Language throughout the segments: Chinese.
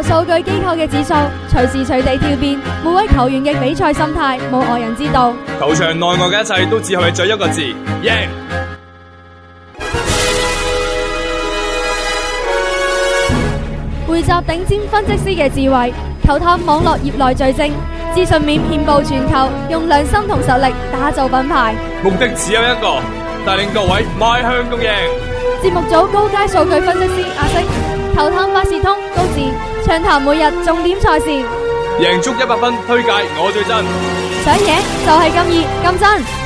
數據機構嘅指數隨時隨地跳變，每位球員嘅比賽心態冇外人知道。 球場內外嘅一切都只係為咗一個字：贏。 匯集頂尖分析師嘅智慧，球探網絡業內最精，資訊面遍佈全球，用良心同實力打造品牌。 目的只有一個，帶領各位邁向共贏。 節目組高階數據分析師阿星，球探百事通高智，暢談每日重點賽事， 贏足100分，推介我最真， 想贏就係咁易咁真。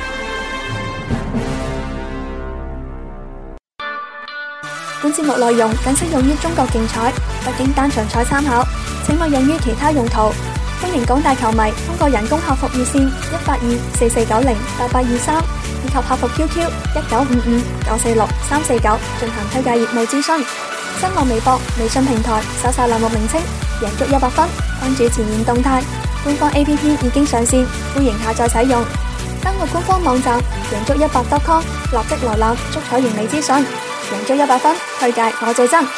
本節目內容僅適用於中國競彩，畢竟單場彩參考，請勿用於其他用途。歡迎廣大球迷通過人工客服熱線18244908823以及客服 QQ 1955946349進行推介業務諮詢。新浪微博、微信平台搜索欄目名稱贏足100分，關注前沿動態。官方 APP 已經上線，歡迎下載使用。登錄官方網站贏足100.com，立即瀏覽足彩完美資訊。贏足100分，推介我最真。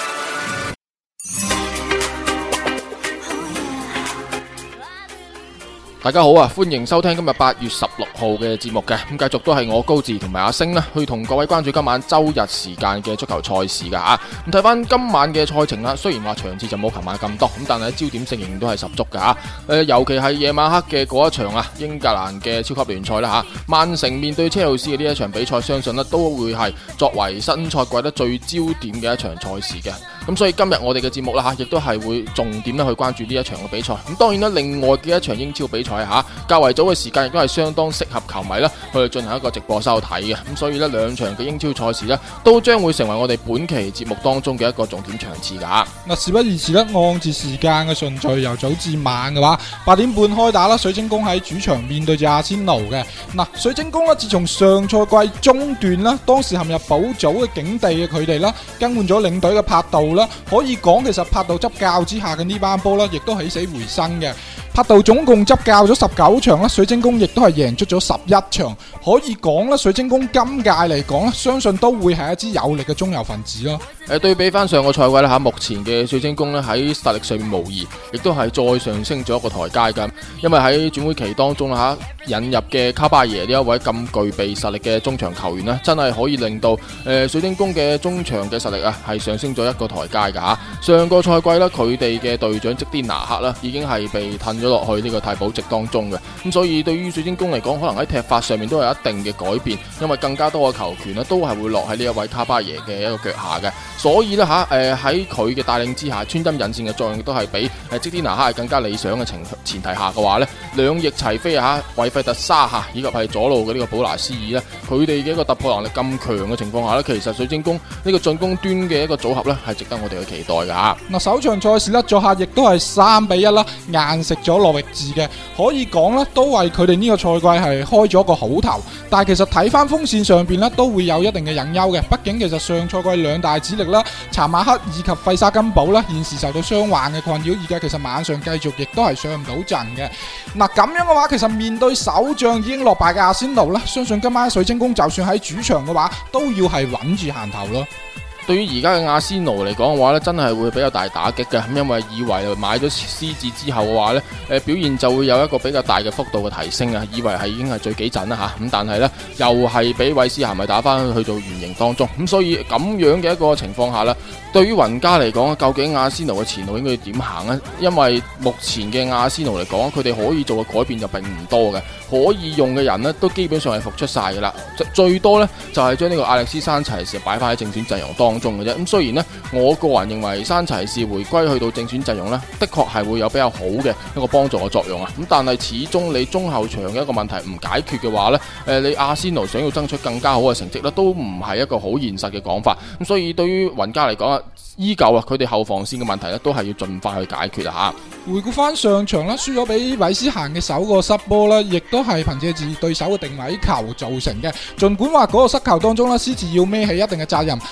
大家好啊，歡迎收聽今日8月16號嘅節目嘅，咁繼續都係我高志同埋阿星啦，去同各位關注今晚周日時間嘅足球賽事噶吓。咁睇翻今晚嘅賽程啦，雖然話場次就冇琴晚咁多，咁但係焦點性仍然都係十足噶吓。尤其係夜晚黑嘅嗰一場啊，英格蘭嘅超級聯賽啦吓，曼城面對車路士嘅呢一場比賽，相信咧都會係作為新賽季咧最焦點嘅一場賽事嘅。咁所以今日我哋嘅節目啦吓，亦都係會重點咧去關注呢一場嘅比賽。咁當然啦，另外嘅一場英超比賽吓，較為早嘅時間亦都係相當適合球迷啦去進行一個直播收睇嘅。咁所以呢，兩場嘅英超賽事呢，都將會成為我哋本期節目當中嘅一個重點場次噶。 嗱，事不宜遲啦，按住時間嘅順序，由早至晚嘅話，8點半開打啦。水晶宮喺主場面對住阿仙奴嘅。嗱，水晶宮啦，自從上賽季中段啦，當時陷入保組嘅境地嘅佢哋啦，更換咗領隊嘅柏度啦，可以講其實柏度執教之下嘅呢班波啦，亦都起死回生嘅。柏度總共執教咗19場啦，水晶宮亦都係贏出咗11場，可以講啦，水晶宮今屆嚟講啦，相信都會係一支有力嘅中游分子咯。 對比翻上個賽季啦吓，目前嘅水晶宮咧喺實力上面無疑，亦都係再上升咗一個台階噶。因為喺轉會期當中啦吓，引入嘅卡巴耶呢一位咁具備實力嘅中場球員咧，真係可以令到水晶宮嘅中場嘅實力啊係上升咗一個台階噶吓。上個賽季啦，佢哋嘅隊長積甸拿克啦，已經係被褪咗落去呢個替補席當中嘅。咁所以對於水晶宮嚟講，可能喺踢法上面都有一定嘅改變，因為更加多嘅球權咧都係會落喺呢一位卡巴耶嘅一個腳下嘅。所以咧吓，喺佢嘅帶領之下，穿針引線嘅作用亦都係比積甸拿克係更加理想嘅前提下嘅話咧，兩翼齊飛啊吓，韋費特沙吓以及係左路嘅呢個保拿斯爾咧，佢哋嘅一個突破能力咁強嘅情況下咧，其實水晶宮呢個進攻端嘅一個組合咧係值得我哋去期待噶吓。 嗱，首場賽事咧，作客亦都係3-1啦，硬食咗諾域治嘅，可以講咧都為佢哋呢個賽季係開咗個好頭。但係其實睇翻鋒線上邊咧，都會有一定嘅隱憂嘅，畢竟其實上賽季兩大主力啦，查馬克以及費沙金堡啦，現時受到傷患嘅困擾，而家其實晚上繼續亦都係上唔到陣嘅。嗱，咁樣嘅話，其實面對首仗已經落敗嘅阿仙奴啦，相信今晚水晶宮就算喺主場嘅話，都要係穩住行頭咯。 對於而家嘅阿仙奴嚟講嘅話咧，真係會比較大打擊嘅，咁因為以為買咗獅子之後嘅話咧，表現就會有一個比較大嘅幅度嘅提升啊，以為係已經係最幾陣啦吓，咁但係咧又係俾韋斯咸咪打翻去到原形當中，咁所以咁樣嘅一個情況下咧，對於雲加嚟講，究竟阿仙奴嘅前路應該要點行呢？因為目前嘅阿仙奴嚟講，佢哋可以做嘅改變就並唔多嘅，可以用嘅人呢都基本上係復出晒噶啦，最多呢就係將呢個亞歷斯山齊士擺翻喺正選陣容當中嘅啫。咁雖然呢，我個人認為山齊士回歸去到正選陣容呢，的確係會有比較好嘅一個幫助嘅作用啊。咁但係始終你中後場嘅一個問題唔解決嘅話呢，你阿仙奴想要爭取更加好嘅成績呢，都唔係一個好現實嘅講法。咁所以對於雲加嚟講啊，依舊啊，佢哋後防線嘅問題咧，都係要盡快去解決啊！ 回顧翻上場啦，輸咗俾韋斯咸嘅首個失波啦，亦都係憑借住對手嘅定位球造成嘅。盡管話嗰個失球當中啦，獅子要孭起一定嘅責任，但係亦都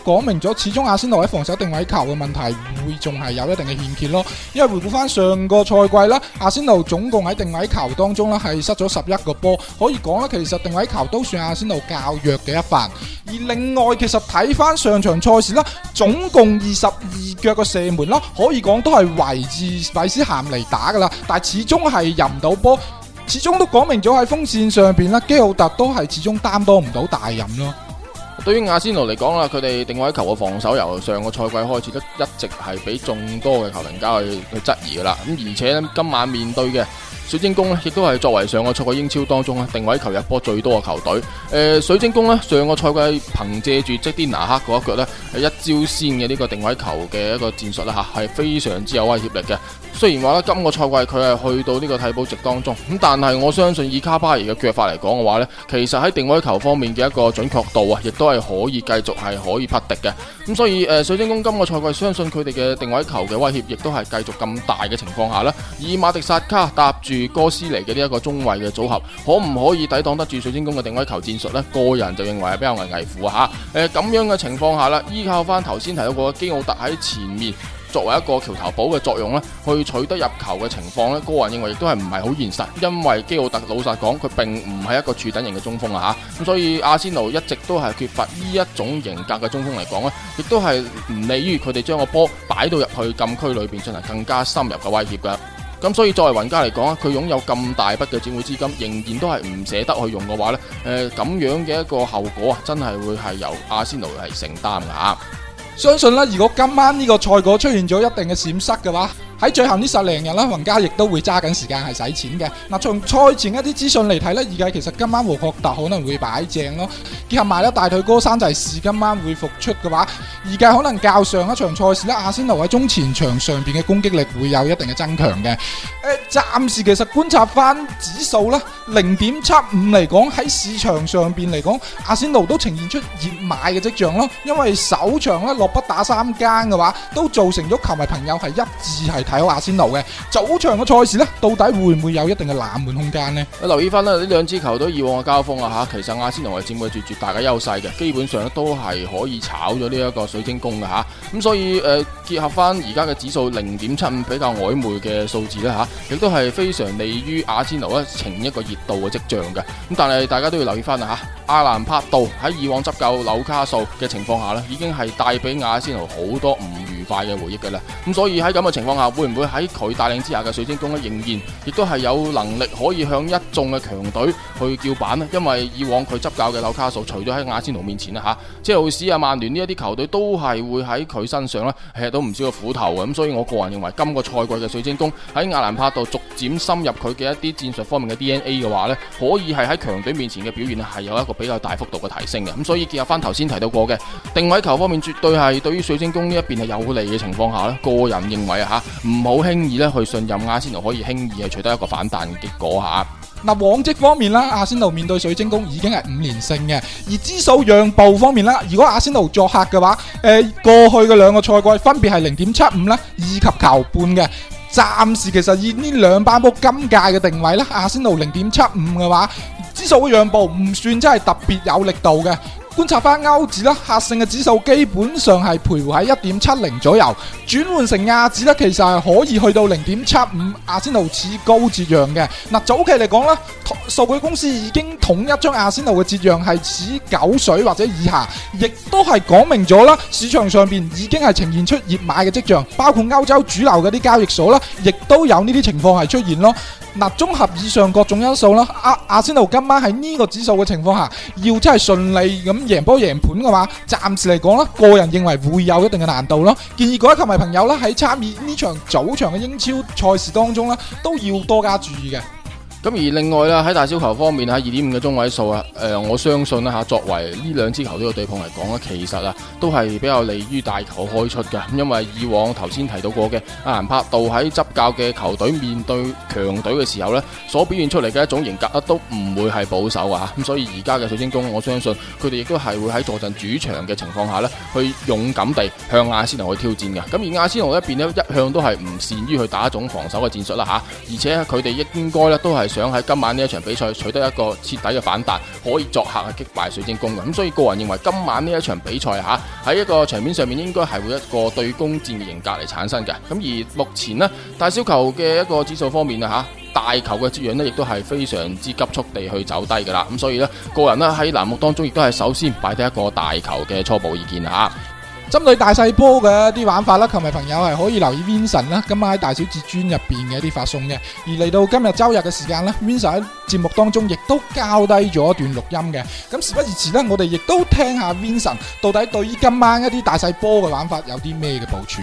講明咗，始終阿仙奴喺防守定位球嘅問題會仲係有一定嘅欠缺咯。因為回顧翻上個賽季啦，阿仙奴總共喺定位球當中啦係失咗11個波，可以講啦，其實定位球都算阿仙奴較弱嘅一環。而另外，其實睇翻上場賽事啦，總共22腳嘅射門啦，可以講都係圍住韋斯咸嚟打噶啦，但係始終係入唔到波，始終都講明咗喺鋒線上邊啦，基奧特都係始終擔當唔到大任咯。 對於阿仙奴嚟講啦，佢哋定位球嘅防守由上個賽季開始都一直係俾眾多嘅球評家去質疑噶啦。咁而且呢，今晚面對嘅水晶宮亦都係作為上個賽季英超當中定位球入波最多嘅球隊。水晶宮上個賽季憑借住即啲拿克嗰一腳呢，係一招鮮嘅呢個定位球嘅一個戰術啦嚇，係非常之有威脅力嘅。雖然話咧今個賽季佢係去到呢個替補席當中，咁但係我相信以卡巴爾嘅腳法嚟講嘅話呢，其實喺定位球方面嘅一個準確度啊，亦都係可以繼續係可以匹敵嘅。咁所以水晶宮今個賽季相信佢哋嘅定位球嘅威脅亦都係繼續咁大嘅情況下呢，以馬迪薩卡搭住哥斯尼嘅呢一個中衛嘅組合，可唔可以抵擋得住水晶宮嘅定位球戰術呢？個人就認為係比較危乎嚇。咁樣嘅情況下啦，依靠翻頭先提到過嘅基奧特喺前面，作為一個橋頭堡嘅作用咧，去取得入球嘅情況咧，個人認為亦都係唔係好現實，因為基奧特老實講，佢並唔係一個柱躉型嘅中鋒啊嚇，咁所以阿仙奴一直都係缺乏呢一種型格嘅中鋒嚟講咧，亦都係唔利於佢哋將個波擺到入去禁區裏邊進行更加深入嘅威脅嘅。咁所以作為雲加嚟講，佢擁有咁大筆嘅轉會資金，仍然都係唔捨得去用嘅話咧，咁樣嘅一個後果啊，真係會係由阿仙奴係承擔㗎。 相信啦，如果今晚呢個賽果出現咗一定嘅閃失嘅話，喺最後呢10零日啦，雲加亦都會揸緊時間係使錢嘅。嗱，從賽前一啲資訊嚟睇呢，預計其實今晚胡霍特可能會擺正咯，結合埋咧大腿哥山齊士今晚會復出嘅話，預計可能較上一場賽事咧，阿仙奴喺中前場上邊嘅攻擊力會有一定嘅增強嘅。暫時其實觀察翻指數啦，0.75嚟講喺市場上邊嚟講，阿仙奴都呈現出熱買嘅跡象咯。因為首場咧落筆打3間嘅話，都造成咗球迷朋友係一致係睇好阿仙奴嘅。早場嘅賽事呢，到底會唔會有一定嘅冷門空間呢？ 留意翻啦，呢兩支球隊以往嘅交鋒啊嚇，其實阿仙奴係佔據住絕大嘅優勢嘅，基本上都係可以炒咗呢一個水晶宮嘅嚇。咁所以結合翻而家嘅指數0.75比較曖昧嘅數字咧嚇，亦都係非常利於阿仙奴咧呈一個熱度嘅跡象嘅。咁但係大家都要留意翻啊嚇，阿蘭柏度喺以往執教紐卡素嘅情況下咧，已經係帶俾阿仙奴好多唔愉快嘅回憶嘅啦。咁所以喺咁嘅情況下，會唔會喺佢帶領之下嘅水晶宮咧，仍然亦都係有能力可以向一眾嘅強隊去叫板呢？因為以往佢執教嘅紐卡素，除咗喺阿仙奴面前啦嚇，即係車路士啊、曼聯呢一啲球隊都係會喺佢身上咧吃到唔少嘅苦頭嘅。咁所以我個人認為今個賽季嘅水晶宮喺阿蘭柏度逐漸深入佢嘅一啲戰術方面嘅 DNA 嘅話呢，可以係喺強隊面前嘅表現係有一個比較大幅度嘅提升嘅。咁所以結合翻頭先提到過嘅定位球方面，絕對係對於水晶宮呢一邊係有利嘅情況下呢，個人認為啊嚇，唔好輕易咧去信任阿仙奴可以輕易係取得一個反彈嘅結果嚇。 嗱，往績方面啦，阿仙奴面對水晶宮已經係5連勝嘅。而指數讓步方面啦，如果阿仙奴作客嘅話，過去嘅2個賽季分別係0.75啦，以及球半嘅。暫時其實以呢兩班波今屆嘅定位啦，阿仙奴0.75嘅話，指數嘅讓步唔算真係特別有力度嘅。觀察翻歐指啦，客勝嘅指數基本上係徘徊喺 1.70 左右，轉換成亞指咧，其實係可以去到 0.75， 阿仙奴似高折讓嘅。嗱，早期嚟講啦，數據公司已經統一將阿仙奴嘅折讓係似9水或者以下，亦都係講明咗啦，市場上邊已經係呈現出熱買嘅跡象，包括歐洲主流嗰啲交易所啦，亦都有呢啲情況係出現咯。嗱，綜合以上各種因素啦，阿仙奴今晚喺呢個指數嘅情況下，要真係順利咁贏波贏盤嘅話，暫時嚟講啦，個人認為會有一定嘅難度咯。建議各位球迷朋友啦，喺參與呢場早場嘅英超賽事當中啦，都要多加注意嘅。 咁而另外啦，喺大小球方面喺 2.5 嘅中位數啊，我相信啦嚇，作為呢兩支球隊嘅對碰嚟講咧，其實啊都係比較利於大球開出嘅，因為以往頭先提到過嘅阿蘭柏度喺執教嘅球隊面對強隊嘅時候咧，所表現出嚟嘅一種型格啊，都唔會係保守啊，咁所以而家嘅水晶宮，我相信佢哋亦都係會喺坐鎮主場嘅情況下咧，去勇敢地向阿仙奴去挑戰嘅。咁而阿仙奴一邊咧，一向都係唔善於去打一種防守嘅戰術啦嚇，而且佢哋應該咧都係想喺今晚呢一場比賽取得一個徹底嘅反彈，可以作客去擊敗水晶宮嘅。咁所以個人認為今晚呢一場比賽喺一個場面上面應該係會一個對攻戰嘅型格嚟產生嘅。咁而目前呢，大小球嘅一個指數方面大球嘅折讓呢亦都係非常之急速地去走低噶啦。咁所以呢，個人呢喺欄目當中亦都係首先擺低一個大球嘅初步意見針對大細波嘅一啲玩法啦，球迷朋友係可以留意 Vincent 啦，今晚喺大小至尊入邊嘅一啲發送嘅。而嚟到今日周日嘅時間呢， Vincent 喺節目當中亦都交低咗一段錄音嘅。咁事不宜遲呢，我哋亦都聽下 Vincent 到底對於今晚一啲大細波嘅玩法有啲咩嘅部署。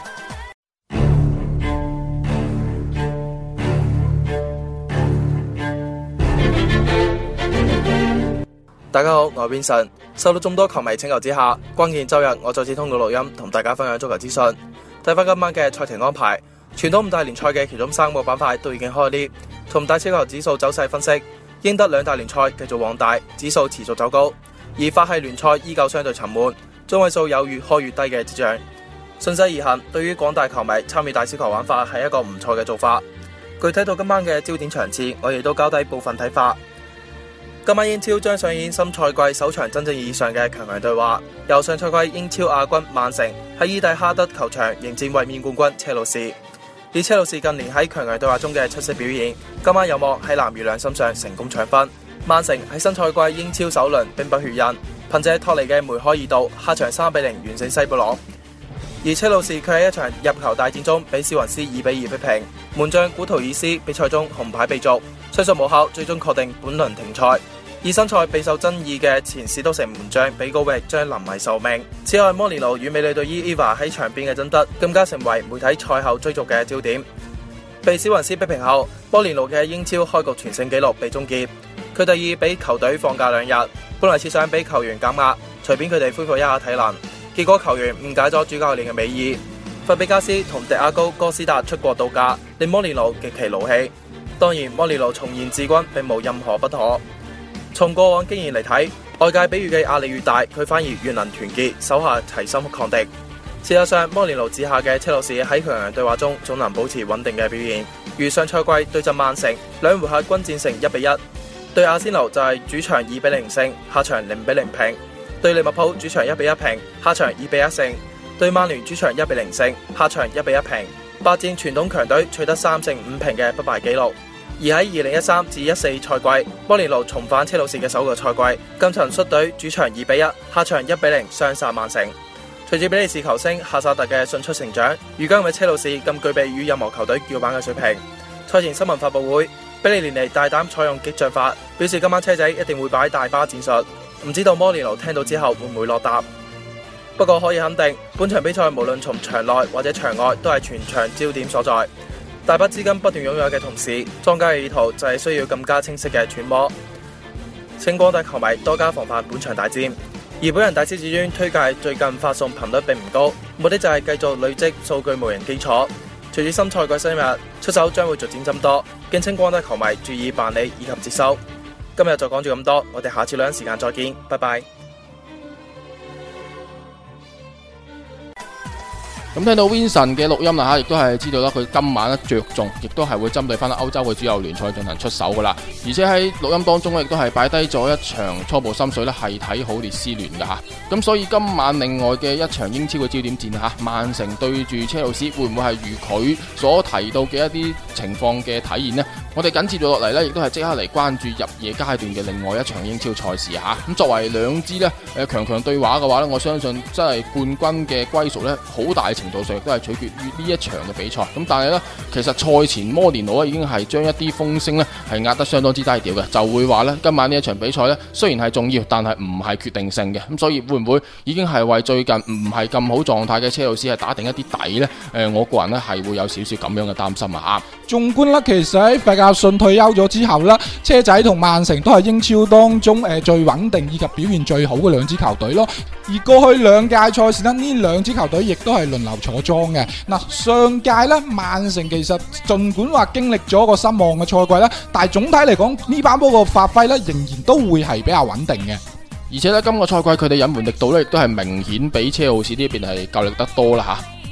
大家好，我係 Vincent。受到眾多球迷請求之下，關鍵周日我再次通過錄音同大家分享足球資訊。睇翻今晚嘅賽程安排，傳統五大聯賽嘅其中3個板塊都已經開列，從大小球指數走勢分析，英德兩大聯賽繼續旺大，指數持續走高，而法系聯賽依舊相對沉悶，中位數有越開越低嘅跡象。順勢而行，對於廣大球迷參與大小球玩法係一個唔錯嘅做法。具體到今晚嘅焦點場次，我亦都交低部分睇法。今晚英超將上演新賽季首場真正意義上嘅強強對話，由上賽季英超亞軍曼城喺伊蒂哈德球場迎戰衛冕冠軍車路士。以車路士近年喺強強對話中嘅出色表現，今晚有望喺藍月亮身上成功搶分。曼城喺新賽季英超首輪兵不血刃，憑借托尼嘅梅開二度，客場3-0完勝西布朗。而車路士卻喺一場入球大戰中俾史雲斯2-2逼平，門將古圖爾斯比賽中紅牌被逐，上訴無效，最終確定本輪停賽。而新賽備受爭議嘅前史都城門將比高域將臨危受命。此外，摩連奴與美女隊醫 Eva 喺場邊嘅爭得更加成為媒體賽後追逐嘅焦點。被史雲斯逼平後，摩連奴嘅英超開局全勝紀錄被終結。佢特意俾球隊放假2日，本來設想俾球員減壓，隨便佢哋恢復一下體能。結果球員誤解咗主教練嘅美意，費比加斯同迪亞高哥斯達出國度假，令摩連奴極其怒氣。當然，摩連奴重現治軍並無任何不妥。從過往經驗嚟睇，外界比喻嘅壓力越大，佢反而越能團結，手下齊心抗敵。事實上，摩連奴治下嘅車路士喺強強對話中總能保持穩定嘅表現，如上賽季對陣曼城2回合均戰成1-1，對阿仙奴就係主場2-0勝，客場0-0平。對利物浦主場1-1平，客場2-1勝；對曼聯主場1-0勝，客場1-1平。8戰傳統強隊取得3勝5平嘅不敗紀錄。而喺2013至14賽季，摩連奴重返車路士嘅首個賽季，更曾率隊主場2-1，客場1-0雙殺曼城。隨住比利時球星夏薩特嘅迅速成長，如今為車路士更具備與任何球隊叫板嘅水平。賽前新聞發佈會，比利連尼大膽採用激將法，表示今晚車仔一定會擺大巴戰術。唔知道摩連奴聽到之後會唔會落答？不過可以肯定，本場比賽無論從場內或者場外都係全場焦點所在。大筆資金不斷擁有嘅同時，莊家嘅意圖就係需要更加清晰嘅揣摩。請廣大球迷多加防範本場大戰。而本人大師至尊推介最近發送頻率並唔高，目的就係繼續累積數據無人基礎。隨住新賽季深入，出手將會逐漸增多，敬請廣大球迷注意辦理以及接收。今日就講住咁多，我哋下次兩時間再見，拜拜。 咁聽到 Vincent 嘅錄音啦，亦都係知道啦，佢今晚着重，亦都係會針對翻歐洲嘅主流聯賽進行出手噶啦。而且喺錄音當中亦都係擺低咗一場初步心水咧，係睇好列斯聯噶吓。咁所以今晚另外嘅一場英超嘅焦點戰吓，曼城對住車路士，會唔會係如佢所提到嘅一啲情況嘅體現呢？我哋緊接住落嚟呢，亦都係即刻嚟關注入夜階段嘅另外一場英超賽事吓。咁作為兩支呢強強對話嘅話呢，我相信真係冠軍嘅歸屬呢，好大程度上亦都係取決於呢一場嘅比賽。咁但係呢，其實賽前摩連奴已經係將一啲風聲呢係壓得相當之低調嘅，就會話呢，今晚呢一場比賽呢，雖然係重要，但係唔係決定性嘅。咁所以會唔會已經係為最近唔係咁好狀態嘅車路士係打定一啲底呢？我個人呢係會有少少咁樣嘅擔心啊！ 縱觀啦，其實喺費格遜退休咗之後啦，車仔同曼城都係英超當中最穩定以及表現最好嘅兩支球隊咯。而過去兩屆賽事呢兩支球隊亦都係輪流坐莊嘅。嗱，上屆呢，曼城其實盡管話經歷咗個失望嘅賽季啦，但係總體嚟講呢班波個發揮呢仍然都會係比較穩定嘅。而且呢，今個賽季佢哋隱瞞力度呢亦都係明顯比車路士呢邊係夠力得多啦吓。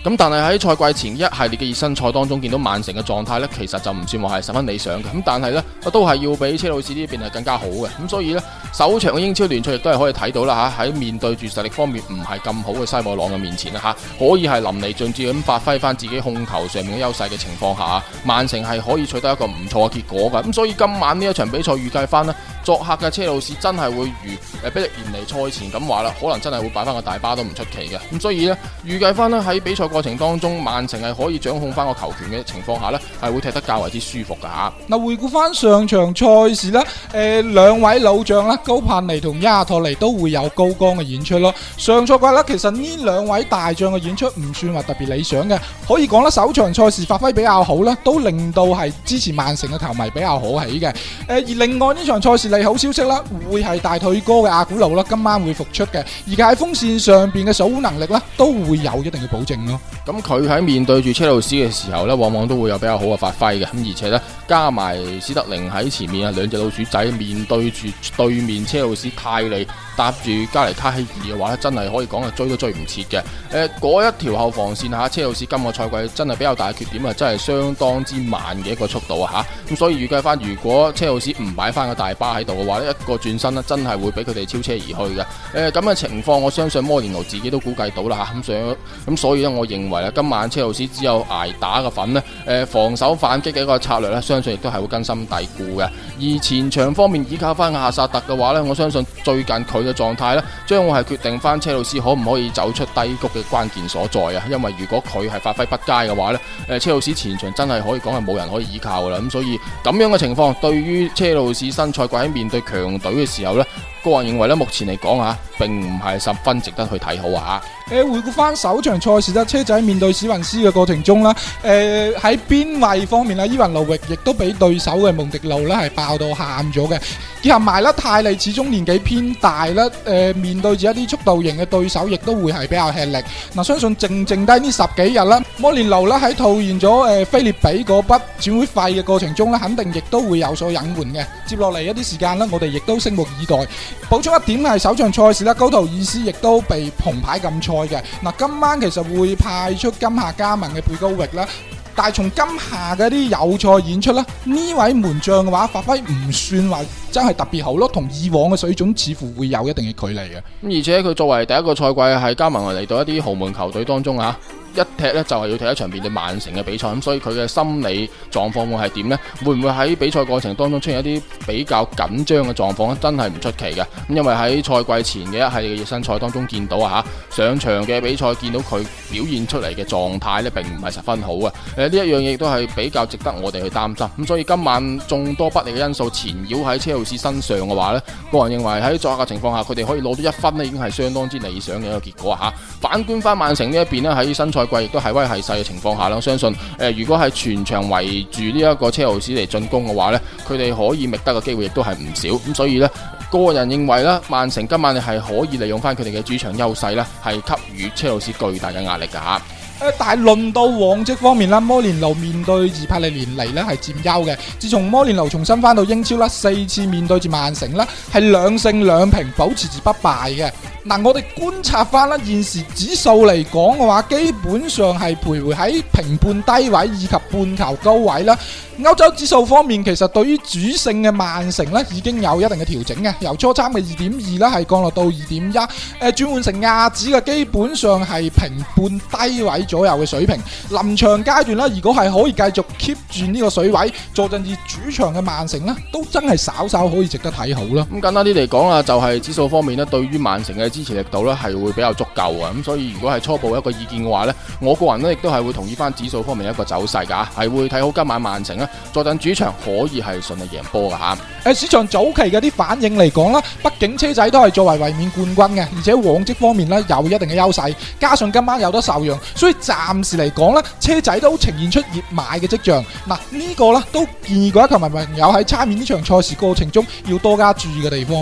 咁但係喺賽季前一系列嘅熱身賽當中，見到曼城嘅狀態呢，其實就唔算話係十分理想嘅。咁但係呢，都係要比車路士呢邊係更加好嘅。咁所以呢，首場嘅英超聯賽亦都係可以睇到啦嚇，喺面對住實力方面唔係咁好嘅西布朗嘅面前啦嚇，可以係淋漓盡致咁發揮翻自己控球上面嘅優勢嘅情況下，曼城係可以取得一個唔錯嘅結果㗎。咁所以今晚呢一場比賽預計翻呢，作客嘅車路士真係會如比利連尼賽前咁話啦，可能真係會擺翻個大巴都唔出奇嘅。咁所以呢，預計翻呢喺比賽過程當中，曼城係可以掌控翻個球權嘅情況下呢，係會踢得較為之舒服噶吓。 嗱，回顧翻上場賽事啦，兩位老將啦，高柏尼同亞托尼都會有高光嘅演出咯。上賽季啦，其實呢兩位大將嘅演出唔算話特別理想嘅，可以講啦，首場賽事發揮比較好啦，都令到係支持曼城嘅球迷比較可喜嘅。而另外呢場賽事利好消息啦，會係大腿哥嘅阿古路啦，今晚會復出嘅，而家喺鋒線上邊嘅守護能力啦，都會有一定嘅保證咯。 咁佢喺面對住車路士嘅時候呢，往往都會有比較好嘅發揮嘅。咁而且呢，加埋史特靈喺前面啊，兩隻老鼠仔面對住對面車路士泰利搭住加尼卡希爾嘅話呢，真係可以講係追都追唔切嘅。嗰一條後防線下，車路士今個賽季真係比較大嘅缺點啊，真係相當之慢嘅一個速度啊吓。咁所以預計翻，如果車路士唔擺翻個大巴喺度嘅話呢，一個轉身呢，真係會俾佢哋超車而去嘅。咁嘅情況，我相信摩連奴自己都估計到啦吓。咁所以呢，我認為今晚車路士只有捱打嘅份呢，防守反擊嘅一個策略呢，相信亦都係會根深蒂固嘅。而前場方面依靠翻亞薩特嘅話呢，我相信最近佢嘅狀態呢，將會係決定翻車路士可唔可以走出低谷嘅關鍵所在啊！因為如果佢係發揮不佳嘅話呢，車路士前場真係可以講係冇人可以依靠噶啦。咁所以咁樣嘅情況，對於車路士新賽季喺面對強隊嘅時候呢，個人認為呢，目前嚟講啊，並唔係十分值得去睇好啊！ 回顧翻首場賽事啦，車仔面對史雲斯嘅過程中啦，喺邊位方面啦，伊雲路域亦都俾對手嘅蒙迪路咧係爆到喊咗嘅。結合埋啦，泰利始終年紀偏大啦，面對住一啲速度型嘅對手，亦都會係比較吃力。嗱，相信剩低呢十幾日啦，摩連奴啦喺套現咗菲列比嗰筆轉會費嘅過程中咧，肯定亦都會有所隱瞞嘅。接落嚟一啲時間啦，我哋亦都拭目以待。補充一點係首場賽事啦，高圖爾斯亦都被紅牌禁賽嘅。嗱，今晚其實會派出今夏加盟嘅貝高域啦。但係從今夏嘅啲友賽演出啦，呢位門將嘅話發揮唔算話真係特別好咯，同以往嘅水準似乎會有一定嘅距離嘅。 咁而且佢作為第一個賽季係加盟嚟到一啲豪門球隊當中啊，一踢呢就係要踢一場面對曼城嘅比賽，咁所以佢嘅心理狀況會係點呢？會唔會喺比賽過程當中出現一啲比較緊張嘅狀況呢？真係唔出奇嘅。咁因為喺賽季前嘅一系列嘅熱身賽當中見到啊，上場嘅比賽見到佢表現出嚟嘅狀態呢，並唔係十分好啊。呢一樣嘢都係比較值得我哋去擔心。咁所以今晚眾多不利嘅因素纏繞喺車路士身上嘅話呢，個人認為喺作客嘅情況下，佢哋可以攞到一分呢，已經係相當之理想嘅一個結果吓。反觀翻曼城呢一邊呢，喺新賽季亦都係威係勢嘅情況下啦，我相信如果係全場圍住呢一個車路士嚟進攻嘅話呢，佢哋可以覓得嘅機會亦都係唔少。咁所以呢，個人認為呢，曼城今晚係可以利用翻佢哋嘅主場優勢呢，係給予車路士巨大嘅壓力噶吓。 但係論到往績方面啦，摩連奴面對住帕利連尼咧係佔優嘅。自從摩連奴重新翻到英超啦，4次面對住曼城啦，係2勝2平，保持住不敗嘅。嗱，我哋觀察翻啦，現時指數嚟講嘅話，基本上係徘徊喺平半低位以及半球高位啦。歐洲指數方面，其實對於主勝嘅曼城咧已經有一定嘅調整嘅，由初參嘅2.2啦係降落到2.1，轉換成亞指嘅基本上係平半低位左右嘅水平。臨場階段啦，如果係可以繼續 keep 住呢個水位，坐鎮住主場嘅曼城咧，都真係稍稍可以值得睇好啦。 咁簡單啲嚟講啊，就係指數方面咧，對於曼城嘅支持力度咧係會比較足夠啊。咁所以如果係初步一個意見嘅話咧，我個人咧亦都係會同意翻指數方面一個走勢噶，係會睇好今晚曼城咧坐鎮主場可以係順利贏波噶吓。 市場早期嘅啲反應嚟講啦，畢竟車仔都係作為衛冕冠軍嘅，而且往績方面咧有一定嘅優勢，加上今晚有得受讓，所以暫時嚟講咧，車仔都呈現出熱買嘅跡象。嗱，呢個咧都建議各位球迷朋友喺參與呢場賽事過程中要多加注意嘅地方咯。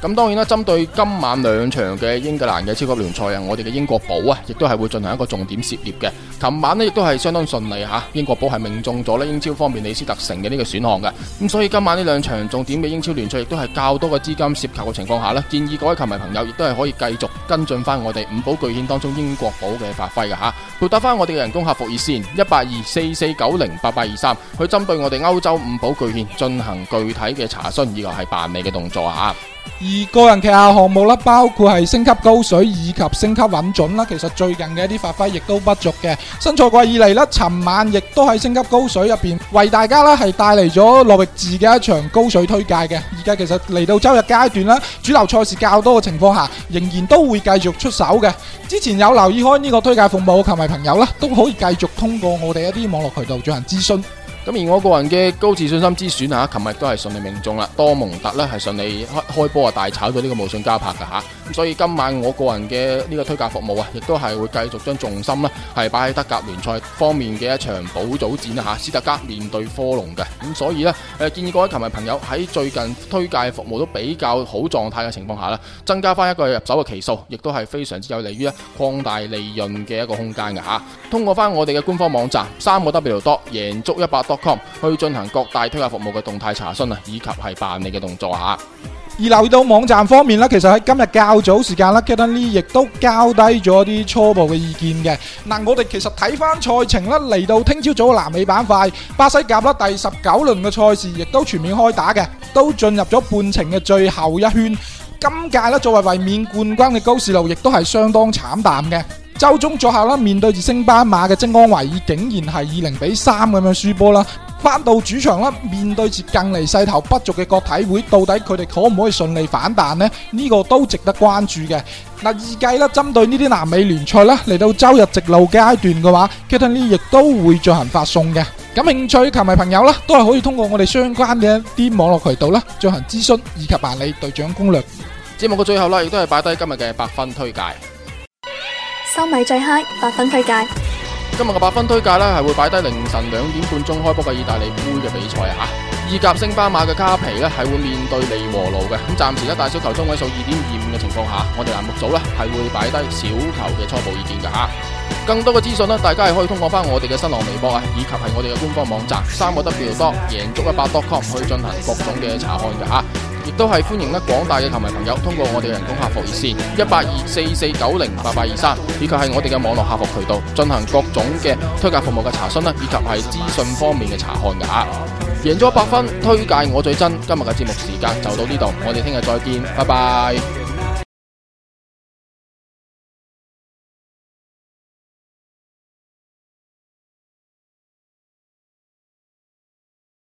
咁當然啦，針對今晚兩場嘅英格蘭嘅超級聯賽啊，我哋嘅英國寶啊，亦都係會進行一個重點涉獵嘅。琴晚呢亦都係相當順利嚇，英國寶係命中咗咧英超方面李斯特城嘅呢個選項嘅。咁所以今晚呢兩場重點嘅英超聯賽亦都係較多嘅資金涉及嘅情況下呢，建議各位球迷朋友亦都係可以繼續跟進翻我哋五寶巨獻當中英國寶嘅發揮嘅嚇。撥打翻我哋嘅人工客服熱線18244908823，去針對我哋歐洲五寶巨獻進行具體嘅查詢以及係辦理嘅動作嚇。 而個人旗下項目啦，包括係升級高水以及升級穩準啦，其實最近嘅一啲發揮亦都不俗嘅。新賽季以嚟啦，尋晚亦都喺升級高水入邊為大家啦係帶嚟咗諾域治嘅一場高水推介嘅。而家其實嚟到周日階段啦，主流賽事較多嘅情況下，仍然都會繼續出手嘅。之前有留意開呢個推介服務嘅球迷朋友啦，都可以繼續通過我哋一啲網絡渠道進行諮詢。 咁而我個人嘅高自信心之選啊，琴日都係順利命中啦，多蒙特呢係順利開波啊大炒咗呢個無信加拍㗎吓，咁所以今晚我個人嘅呢個推介服務啊，亦都係會繼續將重心呢係擺喺德甲聯賽方面嘅一場保組戰啊吓，斯特加面對科隆嘅，咁所以呢，建議各位球迷朋友喺最近推介服務都比較好狀態嘅情況下呢，增加翻一個入手嘅期數，亦都係非常之有利於擴大利潤嘅一個空間㗎吓。通過翻我哋嘅官方網站3W 多贏足100.com去進行各大推介服務嘅動態查詢啊，以及係辦理嘅動作吓。 而留意到網站方面啦，其實喺今日較早時間啦 Captain Lee 亦都交低咗啲初步嘅意見嘅。嗱，我哋其實睇翻賽程啦，嚟到聽朝早嘅南美板塊，巴西甲啦第19輪嘅賽事亦都全面開打嘅，都進入咗半程嘅最後一圈。今屆啦，作為衛冕冠軍嘅高士路亦都係相當慘淡嘅。周中作客啦，面對住升班馬嘅精安維爾，竟然係以0-3咁樣輸波啦。翻到主場啦，面對住近嚟勢頭不俗嘅國體會，到底佢哋可唔可以順利反彈呢？呢個都值得關注嘅。嗱，預計啦，針對呢啲南美聯賽啦，嚟到周日直路階段嘅話 Captain Lee 亦都會進行發送嘅。感興趣球迷朋友啦，都係可以通過我哋相關嘅一啲網絡渠道啦，進行諮詢以及辦理隊長攻略。 節目嘅最後啦，亦都係擺低今日嘅8分推介。 收米最 high 8分推介。 今日嘅8分推介呢，係會擺低凌晨2點半鐘開波嘅意大利杯嘅比賽啊！意甲升班馬嘅卡皮呢，係會面對利和路嘅。咁暫時呢，大小球中位數2.25嘅情況下，我哋欄目組呢係會擺低小球嘅初步意見㗎吓。更多嘅資訊呢，大家係可以通過翻我哋嘅新浪微博啊，以及係我哋嘅官方網站3W 多贏足100.com去進行各種嘅查看㗎吓。亦都係歡迎咧廣大嘅球迷朋友通過我哋嘅人工客服熱線18244908823，以及係我哋嘅網絡客服渠道進行各種嘅推介服務嘅查詢啦，以及係資訊方面嘅查看㗎吓。贏咗100分，推介我最真。今日嘅節目時間就到呢度，我哋聽日再見，拜拜。